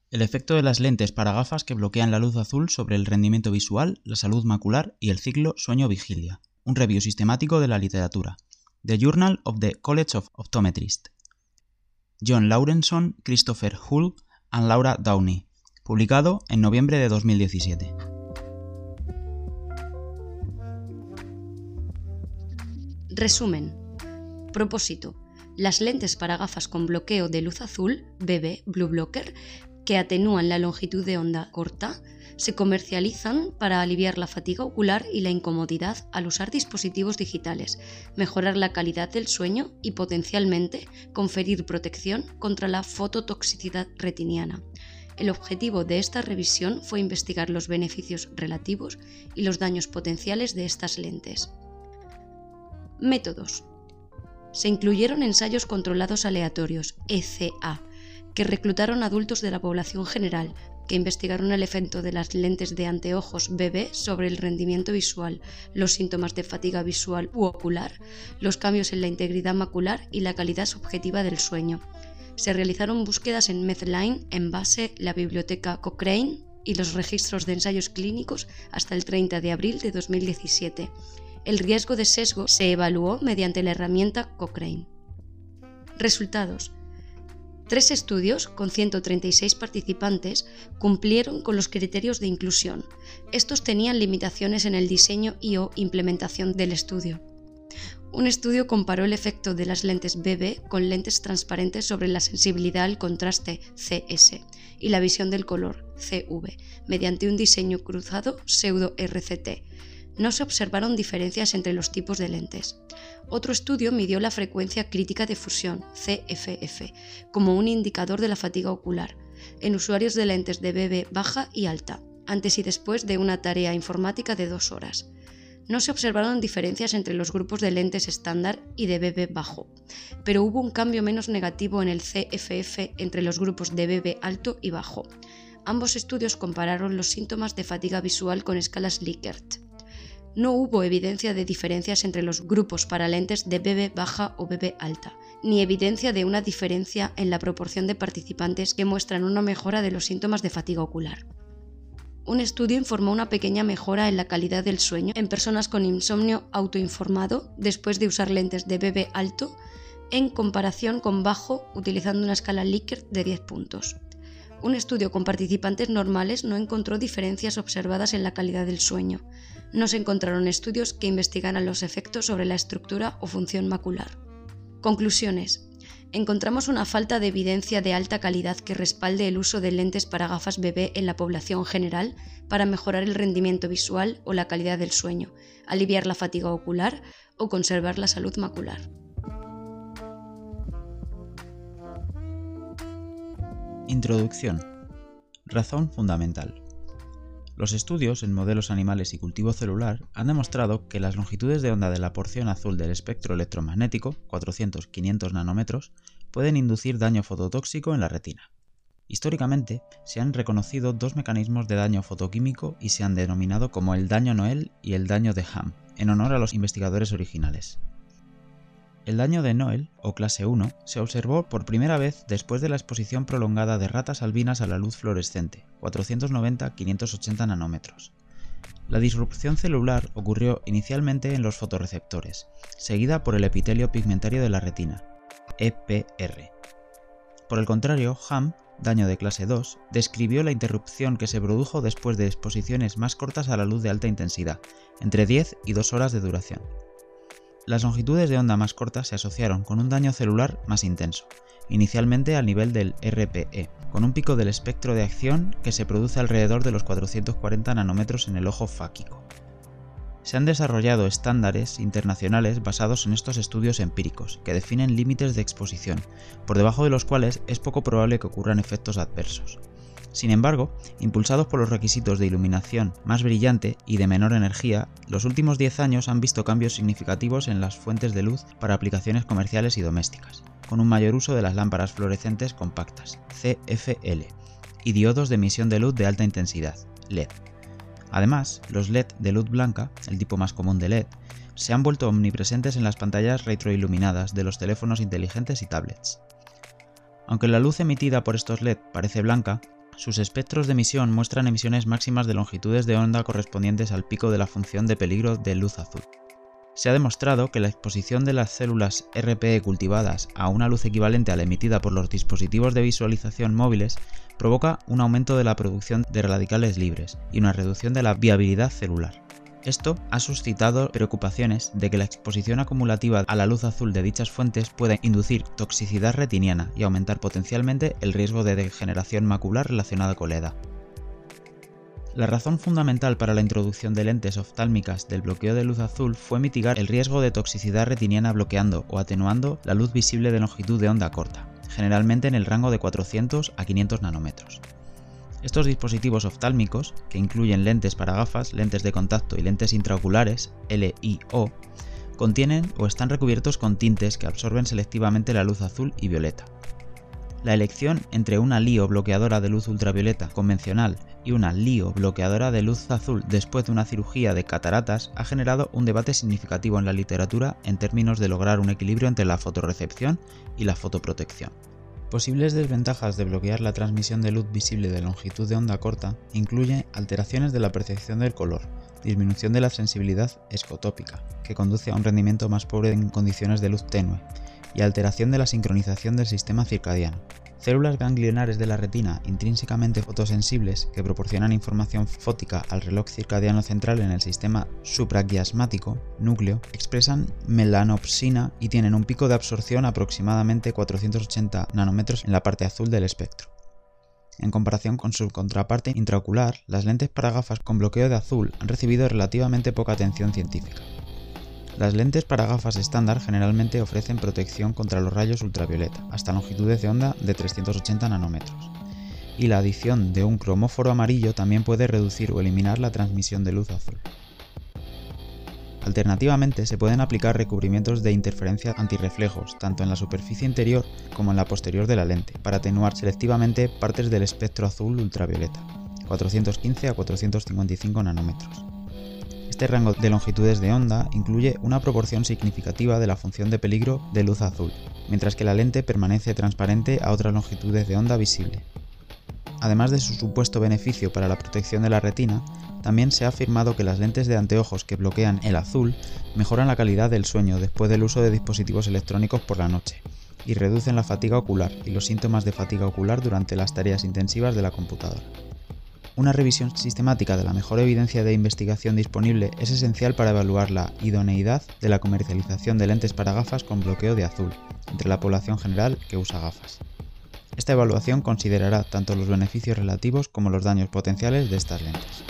El efecto de las lentes para gafas que bloquean la luz azul sobre el rendimiento visual, la salud macular y el ciclo sueño-vigilia. Un review sistemático de la literatura. The Journal of the College of Optometrists. John Lawrenson, Christopher Hull and Laura Downey. Publicado en noviembre de 2017. Resumen. Propósito. Las lentes para gafas con bloqueo de luz azul, BB Blue Blocker, que atenúan la longitud de onda corta, se comercializan para aliviar la fatiga ocular y la incomodidad al usar dispositivos digitales, mejorar la calidad del sueño y potencialmente conferir protección contra la fototoxicidad retiniana. El objetivo de esta revisión fue investigar los beneficios relativos y los daños potenciales de estas lentes. Métodos. Se incluyeron ensayos controlados aleatorios, ECA, que reclutaron adultos de la población general, que investigaron el efecto de las lentes de anteojos BB sobre el rendimiento visual, los síntomas de fatiga visual u ocular, los cambios en la integridad macular y la calidad subjetiva del sueño. Se realizaron búsquedas en Medline, Envase, la biblioteca Cochrane y los registros de ensayos clínicos hasta el 30 de abril de 2017. El riesgo de sesgo se evaluó mediante la herramienta Cochrane. Resultados. 3 estudios con 136 participantes cumplieron con los criterios de inclusión. Estos tenían limitaciones en el diseño y/o implementación del estudio. Un estudio comparó el efecto de las lentes BB con lentes transparentes sobre la sensibilidad al contraste CS y la visión del color CV mediante un diseño cruzado pseudo-RCT. No se observaron diferencias entre los tipos de lentes. Otro estudio midió la frecuencia crítica de fusión, CFF, como un indicador de la fatiga ocular, en usuarios de lentes de BB baja y alta, antes y después de una tarea informática de 2 horas. No se observaron diferencias entre los grupos de lentes estándar y de BB bajo, pero hubo un cambio menos negativo en el CFF entre los grupos de BB alto y bajo. Ambos estudios compararon los síntomas de fatiga visual con escalas Likert. No hubo evidencia de diferencias entre los grupos para lentes de BB baja o BB alta, ni evidencia de una diferencia en la proporción de participantes que muestran una mejora de los síntomas de fatiga ocular. Un estudio informó una pequeña mejora en la calidad del sueño en personas con insomnio autoinformado después de usar lentes de BB alto en comparación con bajo utilizando una escala Likert de 10 puntos. Un estudio con participantes normales no encontró diferencias observadas en la calidad del sueño. No se encontraron estudios que investigaran los efectos sobre la estructura o función macular. Conclusiones. Encontramos una falta de evidencia de alta calidad que respalde el uso de lentes para gafas BB en la población general para mejorar el rendimiento visual o la calidad del sueño, aliviar la fatiga ocular o conservar la salud macular. Introducción. Razón fundamental. Los estudios en modelos animales y cultivo celular han demostrado que las longitudes de onda de la porción azul del espectro electromagnético, 400-500 nanómetros, pueden inducir daño fototóxico en la retina. Históricamente, se han reconocido 2 mecanismos de daño fotoquímico y se han denominado como el daño Noel y el daño de Ham, en honor a los investigadores originales. El daño de Noel, o clase 1, se observó por primera vez después de la exposición prolongada de ratas albinas a la luz fluorescente, 490-580 nanómetros. La disrupción celular ocurrió inicialmente en los fotorreceptores, seguida por el epitelio pigmentario de la retina, EPR. Por el contrario, Ham, daño de clase 2, describió la interrupción que se produjo después de exposiciones más cortas a la luz de alta intensidad, entre 10 y 2 horas de duración. Las longitudes de onda más cortas se asociaron con un daño celular más intenso, inicialmente al nivel del RPE, con un pico del espectro de acción que se produce alrededor de los 440 nanómetros en el ojo fáquico. Se han desarrollado estándares internacionales basados en estos estudios empíricos, que definen límites de exposición, por debajo de los cuales es poco probable que ocurran efectos adversos. Sin embargo, impulsados por los requisitos de iluminación más brillante y de menor energía, los últimos 10 años han visto cambios significativos en las fuentes de luz para aplicaciones comerciales y domésticas, con un mayor uso de las lámparas fluorescentes compactas, CFL, y diodos de emisión de luz de alta intensidad, LED. Además, los LED de luz blanca, el tipo más común de LED, se han vuelto omnipresentes en las pantallas retroiluminadas de los teléfonos inteligentes y tablets. Aunque la luz emitida por estos LED parece blanca, Sus espectros de emisión muestran emisiones máximas de longitudes de onda correspondientes al pico de la función de peligro de luz azul. Se ha demostrado que la exposición de las células RPE cultivadas a una luz equivalente a la emitida por los dispositivos de visualización móviles provoca un aumento de la producción de radicales libres y una reducción de la viabilidad celular. Esto ha suscitado preocupaciones de que la exposición acumulativa a la luz azul de dichas fuentes pueda inducir toxicidad retiniana y aumentar potencialmente el riesgo de degeneración macular relacionada con la edad. La razón fundamental para la introducción de lentes oftálmicas del bloqueo de luz azul fue mitigar el riesgo de toxicidad retiniana bloqueando o atenuando la luz visible de longitud de onda corta, generalmente en el rango de 400 a 500 nanómetros. Estos dispositivos oftálmicos, que incluyen lentes para gafas, lentes de contacto y lentes intraoculares, LIO, contienen o están recubiertos con tintes que absorben selectivamente la luz azul y violeta. La elección entre una LIO bloqueadora de luz ultravioleta convencional y una LIO bloqueadora de luz azul después de una cirugía de cataratas ha generado un debate significativo en la literatura en términos de lograr un equilibrio entre la fotorrecepción y la fotoprotección. Posibles desventajas de bloquear la transmisión de luz visible de longitud de onda corta incluyen alteraciones de la percepción del color, disminución de la sensibilidad escotópica, que conduce a un rendimiento más pobre en condiciones de luz tenue, y alteración de la sincronización del sistema circadiano. Células ganglionares de la retina intrínsecamente fotosensibles que proporcionan información fótica al reloj circadiano central en el sistema supraquiasmático núcleo expresan melanopsina y tienen un pico de absorción aproximadamente 480 nanómetros en la parte azul del espectro. En comparación con su contraparte intraocular, las lentes para gafas con bloqueo de azul han recibido relativamente poca atención científica. Las lentes para gafas estándar generalmente ofrecen protección contra los rayos ultravioleta, hasta longitudes de onda de 380 nanómetros, y la adición de un cromóforo amarillo también puede reducir o eliminar la transmisión de luz azul. Alternativamente, se pueden aplicar recubrimientos de interferencia antirreflejos, tanto en la superficie interior como en la posterior de la lente, para atenuar selectivamente partes del espectro azul ultravioleta, 415 a 455 nanómetros. Este rango de longitudes de onda incluye una proporción significativa de la función de peligro de luz azul, mientras que la lente permanece transparente a otras longitudes de onda visible. Además de su supuesto beneficio para la protección de la retina, también se ha afirmado que las lentes de anteojos que bloquean el azul mejoran la calidad del sueño después del uso de dispositivos electrónicos por la noche, y reducen la fatiga ocular y los síntomas de fatiga ocular durante las tareas intensivas de la computadora. Una revisión sistemática de la mejor evidencia de investigación disponible es esencial para evaluar la idoneidad de la comercialización de lentes para gafas con bloqueo de azul entre la población general que usa gafas. Esta evaluación considerará tanto los beneficios relativos como los daños potenciales de estas lentes.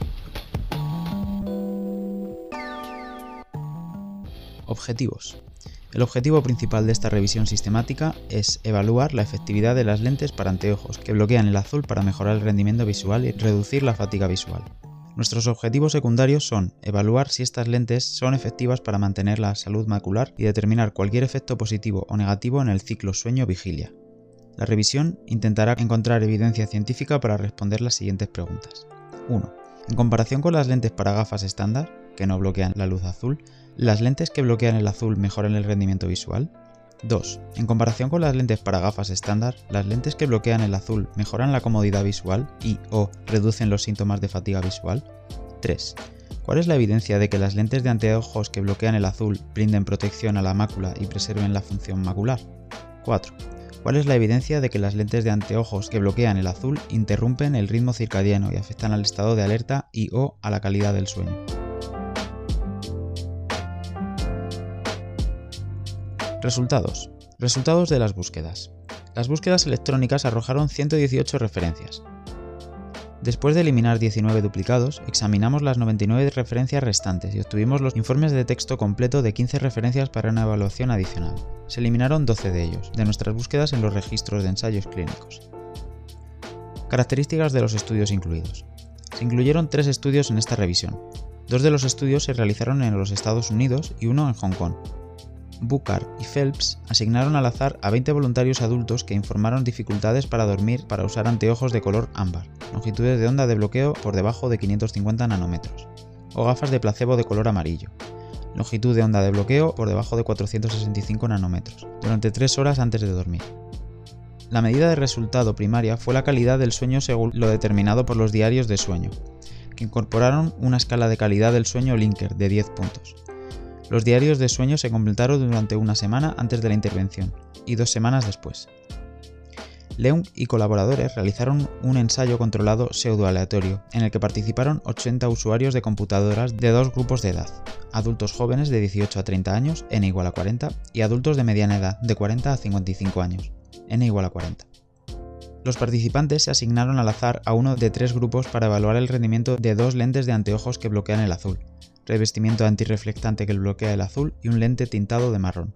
Objetivos. El objetivo principal de esta revisión sistemática es evaluar la efectividad de las lentes para anteojos que bloquean el azul para mejorar el rendimiento visual y reducir la fatiga visual. Nuestros objetivos secundarios son evaluar si estas lentes son efectivas para mantener la salud macular y determinar cualquier efecto positivo o negativo en el ciclo sueño-vigilia. La revisión intentará encontrar evidencia científica para responder las siguientes preguntas. 1. En comparación con las lentes para gafas estándar, que no bloquean la luz azul, ¿las lentes que bloquean el azul mejoran el rendimiento visual? 2. En comparación con las lentes para gafas estándar, ¿las lentes que bloquean el azul mejoran la comodidad visual y o reducen los síntomas de fatiga visual? 3. ¿Cuál es la evidencia de que las lentes de anteojos que bloquean el azul brinden protección a la mácula y preserven la función macular? 4. ¿Cuál es la evidencia de que las lentes de anteojos que bloquean el azul interrumpen el ritmo circadiano y afectan al estado de alerta y o a la calidad del sueño? Resultados. Resultados de las búsquedas. Las búsquedas electrónicas arrojaron 118 referencias. Después de eliminar 19 duplicados, examinamos las 99 referencias restantes y obtuvimos los informes de texto completo de 15 referencias para una evaluación adicional. Se eliminaron 12 de ellos, de nuestras búsquedas en los registros de ensayos clínicos. Características de los estudios incluidos. Se incluyeron 3 estudios en esta revisión. 2 de los estudios se realizaron en los Estados Unidos y uno en Hong Kong. Buchard y Phelps asignaron al azar a 20 voluntarios adultos que informaron dificultades para dormir para usar anteojos de color ámbar, longitudes de onda de bloqueo por debajo de 550 nanómetros, o gafas de placebo de color amarillo, longitud de onda de bloqueo por debajo de 465 nanómetros, durante 3 horas antes de dormir. La medida de resultado primaria fue la calidad del sueño según lo determinado por los diarios de sueño, que incorporaron una escala de calidad del sueño Likert de 10 puntos. Los diarios de sueño se completaron durante una semana antes de la intervención y 2 semanas después. Leung y colaboradores realizaron un ensayo controlado pseudoaleatorio en el que participaron 80 usuarios de computadoras de 2 grupos de edad: adultos jóvenes de 18 a 30 años, n igual a 40, y adultos de mediana edad de 40 a 55 años, n igual a 40. Los participantes se asignaron al azar a uno de 3 grupos para evaluar el rendimiento de 2 lentes de anteojos que bloquean el azul, revestimiento antirreflectante que bloquea el azul y un lente tintado de marrón,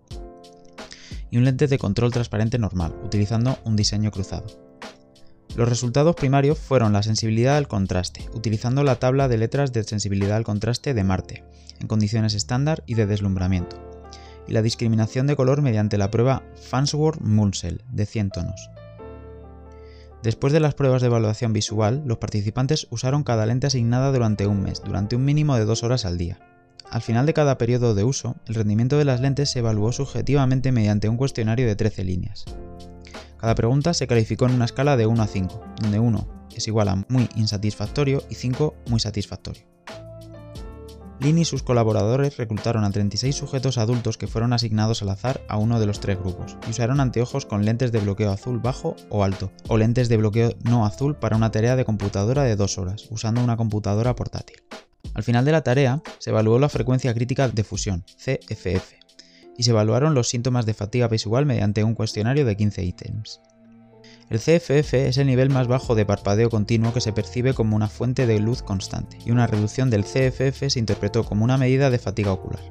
y un lente de control transparente normal, utilizando un diseño cruzado. Los resultados primarios fueron la sensibilidad al contraste, utilizando la tabla de letras de sensibilidad al contraste de Marte, en condiciones estándar y de deslumbramiento, y la discriminación de color mediante la prueba Farnsworth-Munsell de 100 tonos. Después de las pruebas de evaluación visual, los participantes usaron cada lente asignada durante un mes, durante un mínimo de 2 horas al día. Al final de cada periodo de uso, el rendimiento de las lentes se evaluó subjetivamente mediante un cuestionario de 13 líneas. Cada pregunta se calificó en una escala de 1 a 5, donde 1 es igual a muy insatisfactorio y 5 muy satisfactorio. Lin y sus colaboradores reclutaron a 36 sujetos adultos que fueron asignados al azar a uno de los 3 grupos y usaron anteojos con lentes de bloqueo azul bajo o alto, o lentes de bloqueo no azul para una tarea de computadora de 2 horas, usando una computadora portátil. Al final de la tarea, se evaluó la frecuencia crítica de fusión, CFF, y se evaluaron los síntomas de fatiga visual mediante un cuestionario de 15 ítems. El CFF es el nivel más bajo de parpadeo continuo que se percibe como una fuente de luz constante, y una reducción del CFF se interpretó como una medida de fatiga ocular.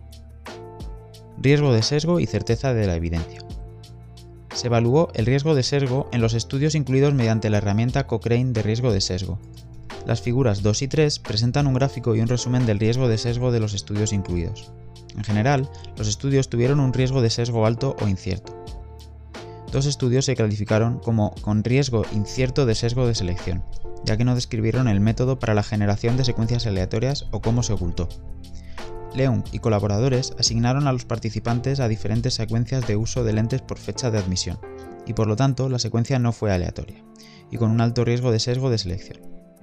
Riesgo de sesgo y certeza de la evidencia. Se evaluó el riesgo de sesgo en los estudios incluidos mediante la herramienta Cochrane de riesgo de sesgo. Las figuras 2 y 3 presentan un gráfico y un resumen del riesgo de sesgo de los estudios incluidos. En general, los estudios tuvieron un riesgo de sesgo alto o incierto. 2 estudios se calificaron como con riesgo incierto de sesgo de selección, ya que no describieron el método para la generación de secuencias aleatorias o cómo se ocultó. Leung y colaboradores asignaron a los participantes a diferentes secuencias de uso de lentes por fecha de admisión, y por lo tanto la secuencia no fue aleatoria, y con un alto riesgo de sesgo de selección.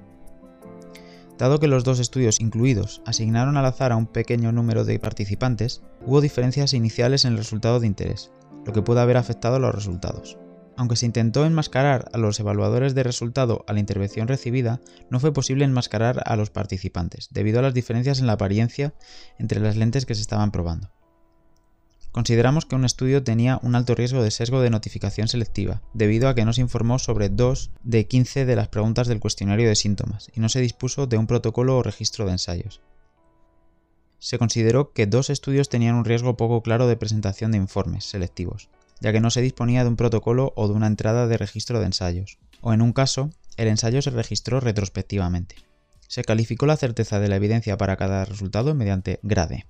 Dado que los 2 estudios incluidos asignaron al azar a un pequeño número de participantes, hubo diferencias iniciales en el resultado de interés, lo que puede haber afectado los resultados. Aunque se intentó enmascarar a los evaluadores de resultado a la intervención recibida, no fue posible enmascarar a los participantes, debido a las diferencias en la apariencia entre las lentes que se estaban probando. Consideramos que un estudio tenía un alto riesgo de sesgo de notificación selectiva, debido a que no se informó sobre 2 de 15 de las preguntas del cuestionario de síntomas, y no se dispuso de un protocolo o registro de ensayos. Se consideró que 2 estudios tenían un riesgo poco claro de presentación de informes selectivos, ya que no se disponía de un protocolo o de una entrada de registro de ensayos, o en un caso, el ensayo se registró retrospectivamente. Se calificó la certeza de la evidencia para cada resultado mediante grade.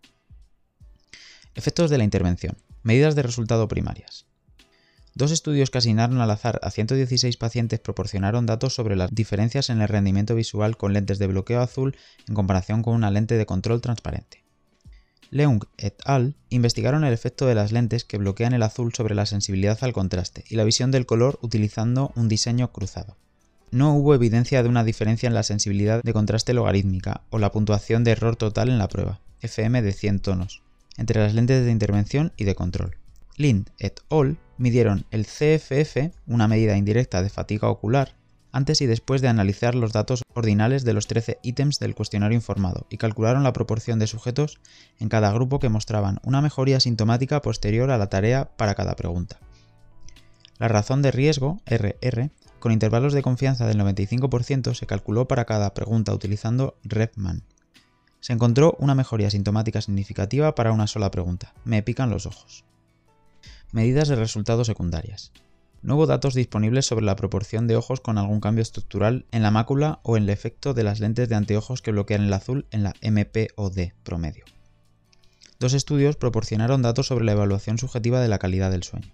Efectos de la intervención. Medidas de resultado primarias. 2 estudios que asignaron al azar a 116 pacientes proporcionaron datos sobre las diferencias en el rendimiento visual con lentes de bloqueo azul en comparación con una lente de control transparente. Leung et al. Investigaron el efecto de las lentes que bloquean el azul sobre la sensibilidad al contraste y la visión del color utilizando un diseño cruzado. No hubo evidencia de una diferencia en la sensibilidad de contraste logarítmica o la puntuación de error total en la prueba, FM de 100 tonos, entre las lentes de intervención y de control. Lin et al. Midieron el CFF, una medida indirecta de fatiga ocular, antes y después de analizar los datos ordinales de los 13 ítems del cuestionario informado y calcularon la proporción de sujetos en cada grupo que mostraban una mejoría sintomática posterior a la tarea para cada pregunta. La razón de riesgo, RR, con intervalos de confianza del 95% se calculó para cada pregunta utilizando Redman. Se encontró una mejoría sintomática significativa para una sola pregunta: me pican los ojos. Medidas de resultados secundarias. No hubo datos disponibles sobre la proporción de ojos con algún cambio estructural en la mácula o en el efecto de las lentes de anteojos que bloquean el azul en la MPOD promedio. 2 estudios proporcionaron datos sobre la evaluación subjetiva de la calidad del sueño.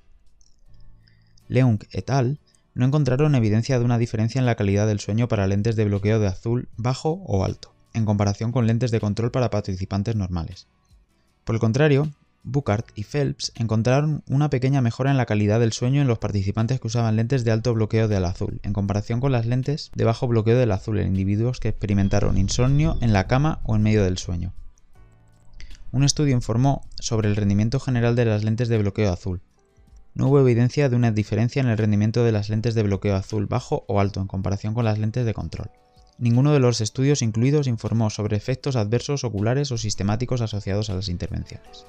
Leung et al. No encontraron evidencia de una diferencia en la calidad del sueño para lentes de bloqueo de azul bajo o alto, en comparación con lentes de control para participantes normales. Por el contrario, Buchart y Phelps encontraron una pequeña mejora en la calidad del sueño en los participantes que usaban lentes de alto bloqueo del azul, en comparación con las lentes de bajo bloqueo del azul en individuos que experimentaron insomnio en la cama o en medio del sueño. Un estudio informó sobre el rendimiento general de las lentes de bloqueo azul. No hubo evidencia de una diferencia en el rendimiento de las lentes de bloqueo azul bajo o alto en comparación con las lentes de control. Ninguno de los estudios incluidos informó sobre efectos adversos oculares o sistemáticos asociados a las intervenciones.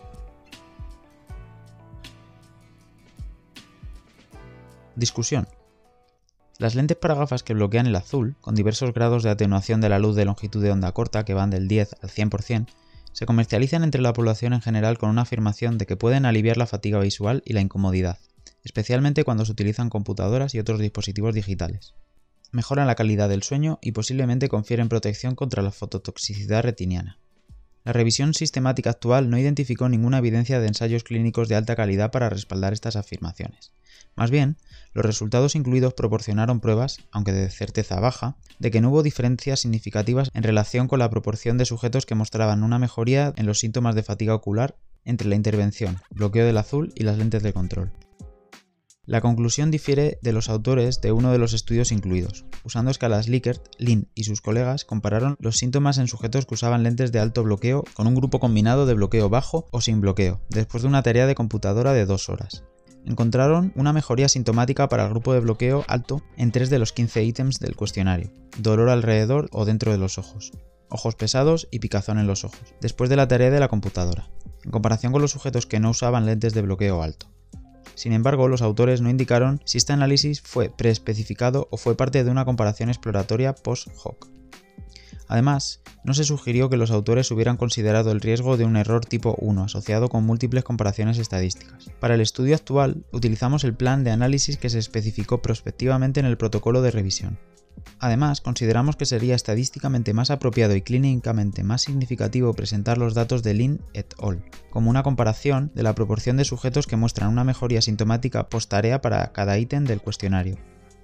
Discusión. Las lentes para gafas que bloquean el azul, con diversos grados de atenuación de la luz de longitud de onda corta que van del 10 al 100%, se comercializan entre la población en general con una afirmación de que pueden aliviar la fatiga visual y la incomodidad, especialmente cuando se utilizan computadoras y otros dispositivos digitales. Mejoran la calidad del sueño y posiblemente confieren protección contra la fototoxicidad retiniana. La revisión sistemática actual no identificó ninguna evidencia de ensayos clínicos de alta calidad para respaldar estas afirmaciones. Más bien, los resultados incluidos proporcionaron pruebas, aunque de certeza baja, de que no hubo diferencias significativas en relación con la proporción de sujetos que mostraban una mejoría en los síntomas de fatiga ocular entre la intervención, bloqueo del azul y las lentes de control. La conclusión difiere de los autores de uno de los estudios incluidos. Usando escalas Likert, Lin y sus colegas compararon los síntomas en sujetos que usaban lentes de alto bloqueo con un grupo combinado de bloqueo bajo o sin bloqueo, después de una tarea de computadora de 2 horas. Encontraron una mejoría sintomática para el grupo de bloqueo alto en 3 de los 15 ítems del cuestionario: dolor alrededor o dentro de los ojos, ojos pesados y picazón en los ojos, después de la tarea de la computadora, en comparación con los sujetos que no usaban lentes de bloqueo alto. Sin embargo, los autores no indicaron si este análisis fue preespecificado o fue parte de una comparación exploratoria post-hoc. Además, no se sugirió que los autores hubieran considerado el riesgo de un error tipo 1 asociado con múltiples comparaciones estadísticas. Para el estudio actual, utilizamos el plan de análisis que se especificó prospectivamente en el protocolo de revisión. Además, consideramos que sería estadísticamente más apropiado y clínicamente más significativo presentar los datos de Lin et al. Como una comparación de la proporción de sujetos que muestran una mejoría sintomática post-tarea para cada ítem del cuestionario.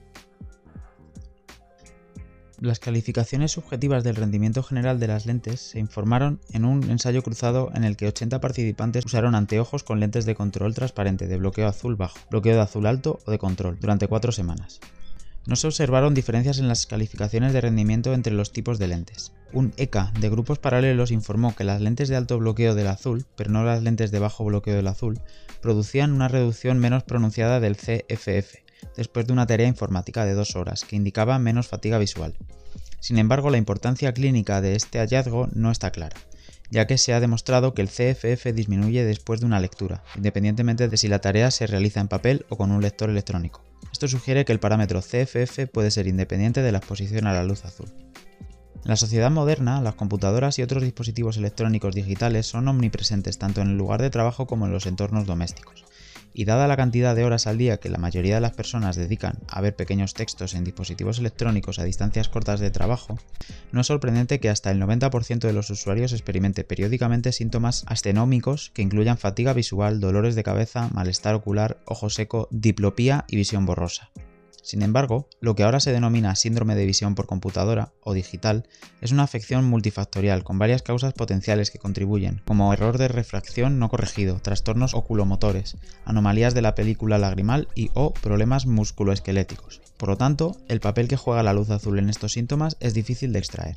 Las calificaciones subjetivas del rendimiento general de las lentes se informaron en un ensayo cruzado en el que 80 participantes usaron anteojos con lentes de control transparente de bloqueo azul bajo, bloqueo de azul alto o de control durante 4 semanas. No se observaron diferencias en las calificaciones de rendimiento entre los tipos de lentes. Un ECA de grupos paralelos informó que las lentes de alto bloqueo del azul, pero no las lentes de bajo bloqueo del azul, producían una reducción menos pronunciada del CFF, después de una tarea informática de 2 horas, que indicaba menos fatiga visual. Sin embargo, la importancia clínica de este hallazgo no está clara, ya que se ha demostrado que el CFF disminuye después de una lectura, independientemente de si la tarea se realiza en papel o con un lector electrónico. Esto sugiere que el parámetro CFF puede ser independiente de la exposición a la luz azul. En la sociedad moderna, las computadoras y otros dispositivos electrónicos digitales son omnipresentes tanto en el lugar de trabajo como en los entornos domésticos. Y dada la cantidad de horas al día que la mayoría de las personas dedican a ver pequeños textos en dispositivos electrónicos a distancias cortas de trabajo, no es sorprendente que hasta el 90% de los usuarios experimente periódicamente síntomas astronómicos que incluyan fatiga visual, dolores de cabeza, malestar ocular, ojo seco, diplopía y visión borrosa. Sin embargo, lo que ahora se denomina síndrome de visión por computadora o digital es una afección multifactorial con varias causas potenciales que contribuyen, como error de refracción no corregido, trastornos oculomotores, anomalías de la película lagrimal y o problemas musculoesqueléticos. Por lo tanto, el papel que juega la luz azul en estos síntomas es difícil de extraer.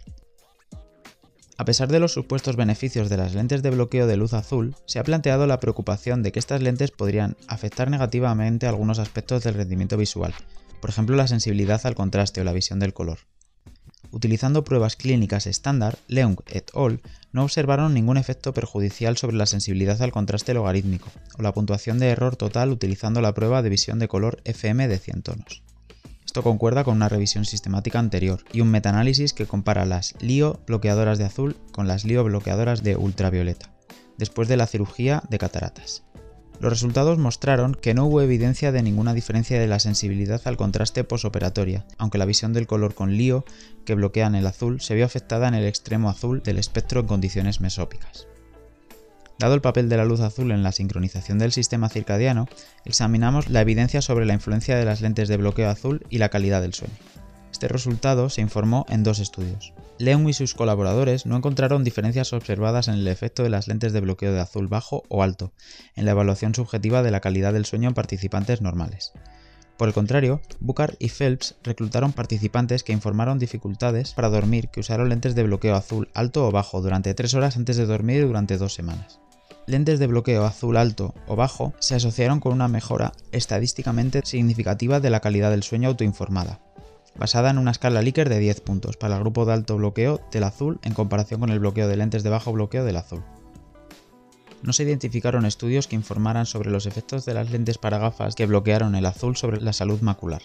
A pesar de los supuestos beneficios de las lentes de bloqueo de luz azul, se ha planteado la preocupación de que estas lentes podrían afectar negativamente algunos aspectos del rendimiento visual, por ejemplo la sensibilidad al contraste o la visión del color. Utilizando pruebas clínicas estándar, Leung et al. No observaron ningún efecto perjudicial sobre la sensibilidad al contraste logarítmico o la puntuación de error total utilizando la prueba de visión de color FM de 100 tonos. Esto concuerda con una revisión sistemática anterior y un metaanálisis que compara las LiO bloqueadoras de azul con las LiO bloqueadoras de ultravioleta, después de la cirugía de cataratas. Los resultados mostraron que no hubo evidencia de ninguna diferencia de la sensibilidad al contraste posoperatoria, aunque la visión del color con LiO que bloquean el azul se vio afectada en el extremo azul del espectro en condiciones mesópicas. Dado el papel de la luz azul en la sincronización del sistema circadiano, examinamos la evidencia sobre la influencia de las lentes de bloqueo azul y la calidad del sueño. este resultado se informó en 2 estudios. Leung y sus colaboradores no encontraron diferencias observadas en el efecto de las lentes de bloqueo de azul bajo o alto en la evaluación subjetiva de la calidad del sueño en participantes normales. Por el contrario, Buchard y Phelps reclutaron participantes que informaron dificultades para dormir que usaron lentes de bloqueo azul alto o bajo durante 3 horas antes de dormir durante 2 semanas. Lentes de bloqueo azul alto o bajo se asociaron con una mejora estadísticamente significativa de la calidad del sueño autoinformada, basada en una escala Likert de 10 puntos para el grupo de alto bloqueo del azul en comparación con el bloqueo de lentes de bajo bloqueo del azul. No se identificaron estudios que informaran sobre los efectos de las lentes para gafas que bloquearon el azul sobre la salud macular.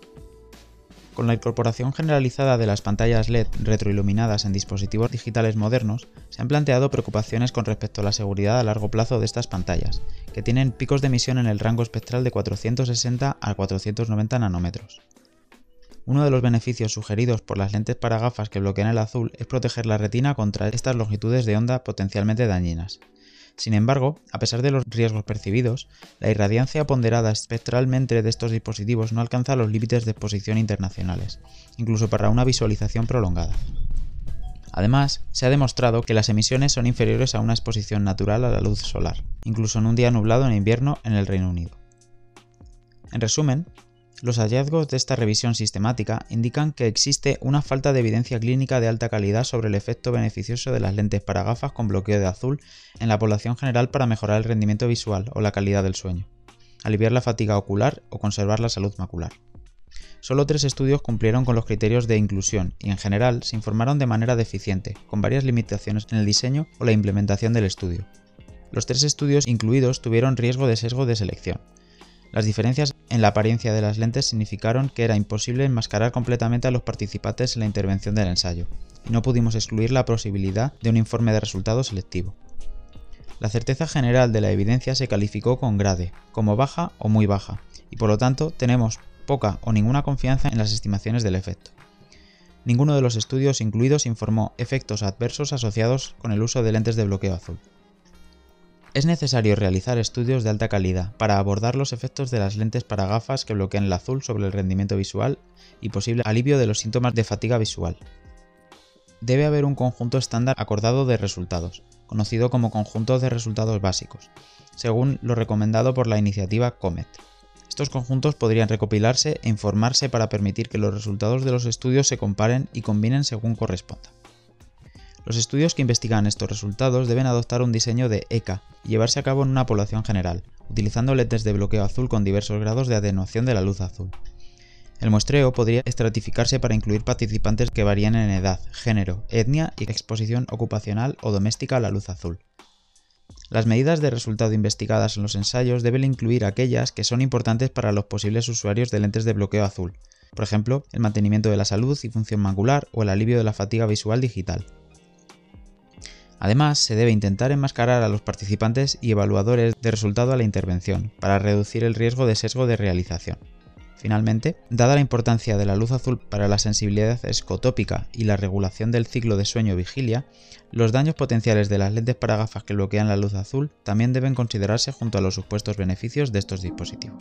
Con la incorporación generalizada de las pantallas LED retroiluminadas en dispositivos digitales modernos, se han planteado preocupaciones con respecto a la seguridad a largo plazo de estas pantallas, que tienen picos de emisión en el rango espectral de 460 a 490 nanómetros. Uno de los beneficios sugeridos por las lentes para gafas que bloquean el azul es proteger la retina contra estas longitudes de onda potencialmente dañinas. Sin embargo, a pesar de los riesgos percibidos, la irradiancia ponderada espectralmente de estos dispositivos no alcanza los límites de exposición internacionales, incluso para una visualización prolongada. Además, se ha demostrado que las emisiones son inferiores a una exposición natural a la luz solar, incluso en un día nublado en invierno en el Reino Unido. En resumen, los hallazgos de esta revisión sistemática indican que existe una falta de evidencia clínica de alta calidad sobre el efecto beneficioso de las lentes para gafas con bloqueo de azul en la población general para mejorar el rendimiento visual o la calidad del sueño, aliviar la fatiga ocular o conservar la salud macular. Solo 3 estudios cumplieron con los criterios de inclusión y en general se informaron de manera deficiente, con varias limitaciones en el diseño o la implementación del estudio. Los 3 estudios incluidos tuvieron riesgo de sesgo de selección. Las diferencias en la apariencia de las lentes significaron que era imposible enmascarar completamente a los participantes en la intervención del ensayo, y no pudimos excluir la posibilidad de un informe de resultado selectivo. La certeza general de la evidencia se calificó con grade, como baja o muy baja, y por lo tanto tenemos poca o ninguna confianza en las estimaciones del efecto. Ninguno de los estudios incluidos informó efectos adversos asociados con el uso de lentes de bloqueo azul. Es necesario realizar estudios de alta calidad para abordar los efectos de las lentes para gafas que bloquean el azul sobre el rendimiento visual y posible alivio de los síntomas de fatiga visual. Debe haber un conjunto estándar acordado de resultados, conocido como conjunto de resultados básicos, según lo recomendado por la iniciativa COMET. Estos conjuntos podrían recopilarse e informarse para permitir que los resultados de los estudios se comparen y combinen según corresponda. Los estudios que investigan estos resultados deben adoptar un diseño de ECA y llevarse a cabo en una población general, utilizando lentes de bloqueo azul con diversos grados de atenuación de la luz azul. El muestreo podría estratificarse para incluir participantes que varían en edad, género, etnia y exposición ocupacional o doméstica a la luz azul. Las medidas de resultado investigadas en los ensayos deben incluir aquellas que son importantes para los posibles usuarios de lentes de bloqueo azul, por ejemplo, el mantenimiento de la salud y función macular o el alivio de la fatiga visual digital. Además, se debe intentar enmascarar a los participantes y evaluadores de resultado a la intervención, para reducir el riesgo de sesgo de realización. Finalmente, dada la importancia de la luz azul para la sensibilidad escotópica y la regulación del ciclo de sueño-vigilia, los daños potenciales de las lentes para gafas que bloquean la luz azul también deben considerarse junto a los supuestos beneficios de estos dispositivos.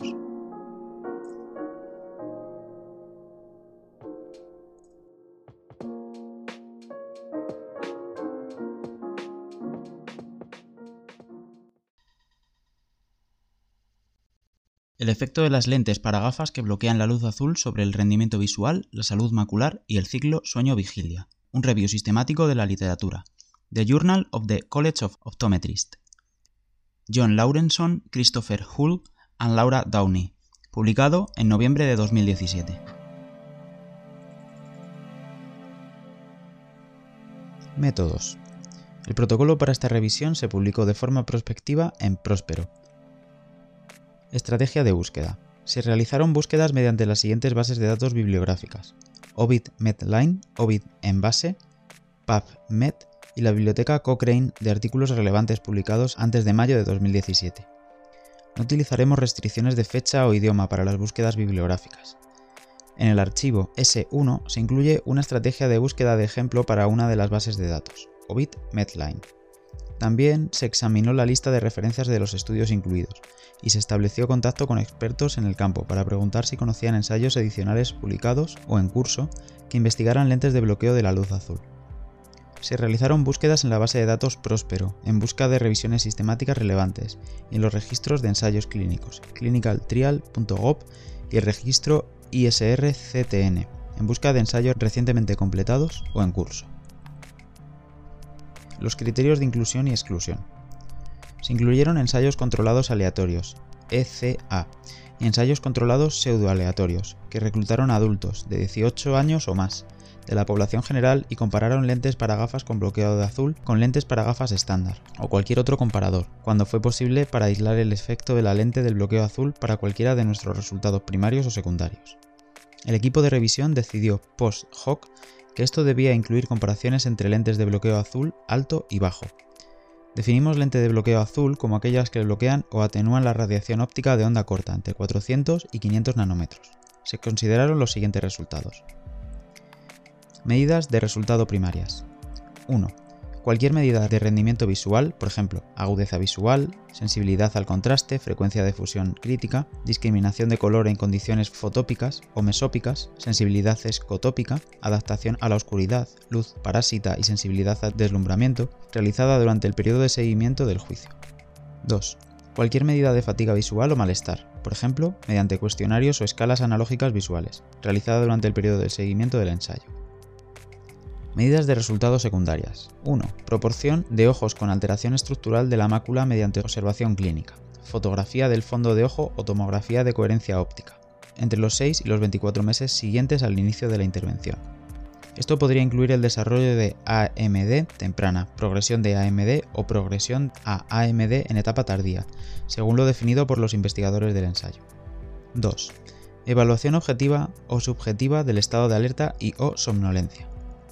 El efecto de las lentes para gafas que bloquean la luz azul sobre el rendimiento visual, la salud macular y el ciclo sueño-vigilia. Un review sistemático de la literatura. The Journal of the College of Optometrists. John Laurenson, Christopher Hull and Laura Downey. Publicado en noviembre de 2017. Métodos. El protocolo para esta revisión se publicó de forma prospectiva en Próspero. Estrategia de búsqueda. Se realizaron búsquedas mediante las siguientes bases de datos bibliográficas: Ovid Medline, Ovid Embase, PubMed y la biblioteca Cochrane de artículos relevantes publicados antes de mayo de 2017. No utilizaremos restricciones de fecha o idioma para las búsquedas bibliográficas. En el archivo S1 se incluye una estrategia de búsqueda de ejemplo para una de las bases de datos, Ovid Medline. También se examinó la lista de referencias de los estudios incluidos y se estableció contacto con expertos en el campo para preguntar si conocían ensayos adicionales publicados o en curso que investigaran lentes de bloqueo de la luz azul. Se realizaron búsquedas en la base de datos Próspero en busca de revisiones sistemáticas relevantes y en los registros de ensayos clínicos, clinicaltrial.gov y el registro ISR-CTN, en busca de ensayos recientemente completados o en curso. Los criterios de inclusión y exclusión. Se incluyeron ensayos controlados aleatorios, ECA, y ensayos controlados pseudoaleatorios, que reclutaron adultos de 18 años o más, de la población general y compararon lentes para gafas con bloqueo de azul con lentes para gafas estándar, o cualquier otro comparador, cuando fue posible para aislar el efecto de la lente del bloqueo azul para cualquiera de nuestros resultados primarios o secundarios. El equipo de revisión decidió post hoc que esto debía incluir comparaciones entre lentes de bloqueo azul alto y bajo. Definimos lente de bloqueo azul como aquellas que bloquean o atenúan la radiación óptica de onda corta entre 400 y 500 nanómetros. Se consideraron los siguientes resultados. Medidas de resultado primarias. 1. Cualquier medida de rendimiento visual, por ejemplo, agudeza visual, sensibilidad al contraste, frecuencia de fusión crítica, discriminación de color en condiciones fotópicas o mesópicas, sensibilidad escotópica, adaptación a la oscuridad, luz parásita y sensibilidad al deslumbramiento, realizada durante el periodo de seguimiento del juicio. 2. Cualquier medida de fatiga visual o malestar, por ejemplo, mediante cuestionarios o escalas analógicas visuales, realizada durante el periodo de seguimiento del ensayo. Medidas de resultados secundarias. 1. Proporción de ojos con alteración estructural de la mácula mediante observación clínica, fotografía del fondo de ojo o tomografía de coherencia óptica, entre los 6 y los 24 meses siguientes al inicio de la intervención. Esto podría incluir el desarrollo de AMD temprana, progresión de AMD o progresión a AMD en etapa tardía, según lo definido por los investigadores del ensayo. 2. Evaluación objetiva o subjetiva del estado de alerta y o somnolencia.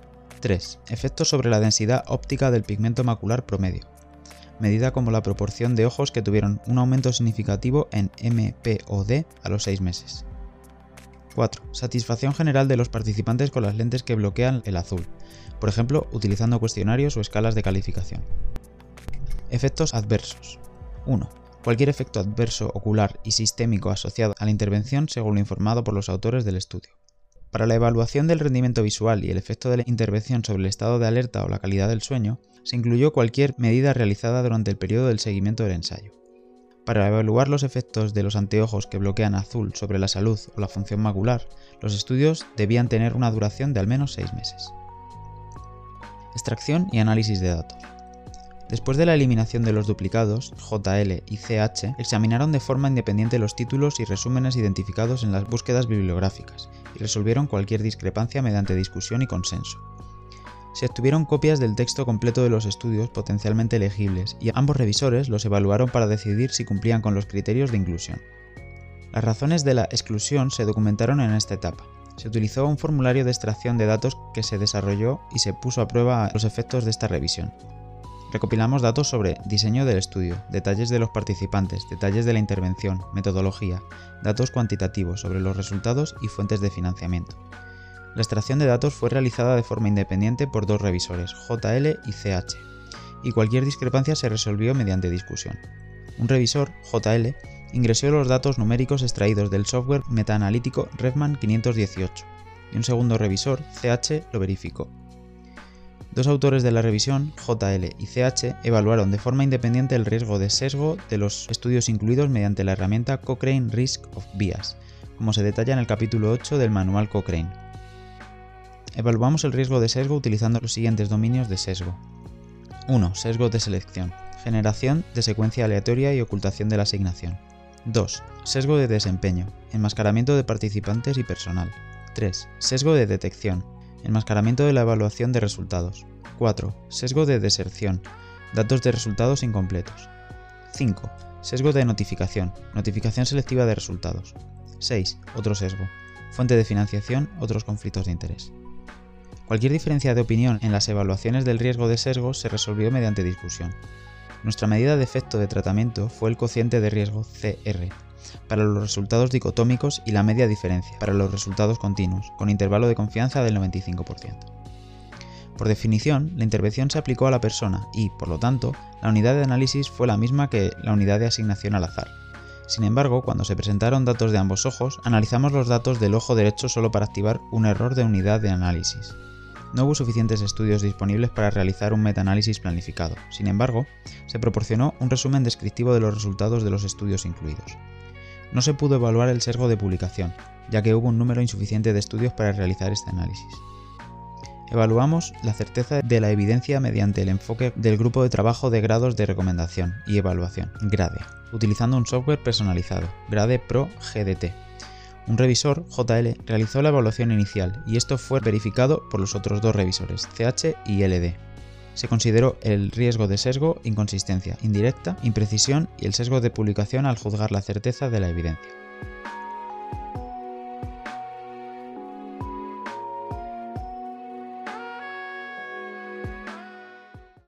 3. Efectos sobre la densidad óptica del pigmento macular promedio, medida como la proporción de ojos que tuvieron un aumento significativo en MPOD a los 6 meses. 4. Satisfacción general de los participantes con las lentes que bloquean el azul, por ejemplo, utilizando cuestionarios o escalas de calificación. Efectos adversos. 1. Cualquier efecto adverso ocular y sistémico asociado a la intervención según lo informado por los autores del estudio. Para la evaluación del rendimiento visual y el efecto de la intervención sobre el estado de alerta o la calidad del sueño, se incluyó cualquier medida realizada durante el periodo del seguimiento del ensayo. Para evaluar los efectos de los anteojos que bloquean azul sobre la salud o la función macular, los estudios debían tener una duración de al menos 6 meses. Extracción y análisis de datos. Después de la eliminación de los duplicados, JL y CH examinaron de forma independiente los títulos y resúmenes identificados en las búsquedas bibliográficas y resolvieron cualquier discrepancia mediante discusión y consenso. Se obtuvieron copias del texto completo de los estudios potencialmente elegibles y ambos revisores los evaluaron para decidir si cumplían con los criterios de inclusión. Las razones de la exclusión se documentaron en esta etapa. Se utilizó un formulario de extracción de datos que se desarrolló y se puso a prueba los efectos de esta revisión. Recopilamos datos sobre diseño del estudio, detalles de los participantes, detalles de la intervención, metodología, datos cuantitativos sobre los resultados y fuentes de financiamiento. La extracción de datos fue realizada de forma independiente por dos revisores, JL y CH, y cualquier discrepancia se resolvió mediante discusión. Un revisor, JL, ingresó los datos numéricos extraídos del software metaanalítico Revman 518, y un segundo revisor, CH, lo verificó. Dos autores de la revisión, JL y CH, evaluaron de forma independiente el riesgo de sesgo de los estudios incluidos mediante la herramienta Cochrane Risk of Bias, como se detalla en el capítulo 8 del manual Cochrane. Evaluamos el riesgo de sesgo utilizando los siguientes dominios de sesgo. 1. Sesgo de selección. Generación de secuencia aleatoria y ocultación de la asignación. 2. Sesgo de desempeño. Enmascaramiento de participantes y personal. 3. Sesgo de detección. Enmascaramiento de la evaluación de resultados. 4. Sesgo de deserción. Datos de resultados incompletos. 5. Sesgo de notificación. Notificación selectiva de resultados. 6. Otro sesgo. Fuente de financiación, otros conflictos de interés. Cualquier diferencia de opinión en las evaluaciones del riesgo de sesgo se resolvió mediante discusión. Nuestra medida de efecto de tratamiento fue el cociente de riesgo CR para los resultados dicotómicos y la media diferencia para los resultados continuos, con intervalo de confianza del 95%. Por definición, la intervención se aplicó a la persona y, por lo tanto, la unidad de análisis fue la misma que la unidad de asignación al azar. Sin embargo, cuando se presentaron datos de ambos ojos, analizamos los datos del ojo derecho solo para activar un error de unidad de análisis. No hubo suficientes estudios disponibles para realizar un metaanálisis planificado. Sin embargo, se proporcionó un resumen descriptivo de los resultados de los estudios incluidos. No se pudo evaluar el sesgo de publicación, ya que hubo un número insuficiente de estudios para realizar este análisis. Evaluamos la certeza de la evidencia mediante el enfoque del Grupo de Trabajo de Grados de Recomendación y Evaluación, GRADE, utilizando un software personalizado, GRADE Pro GDT. Un revisor, JL, realizó la evaluación inicial y esto fue verificado por los otros dos revisores, CH y LD. Se consideró el riesgo de sesgo, inconsistencia indirecta, imprecisión y el sesgo de publicación al juzgar la certeza de la evidencia.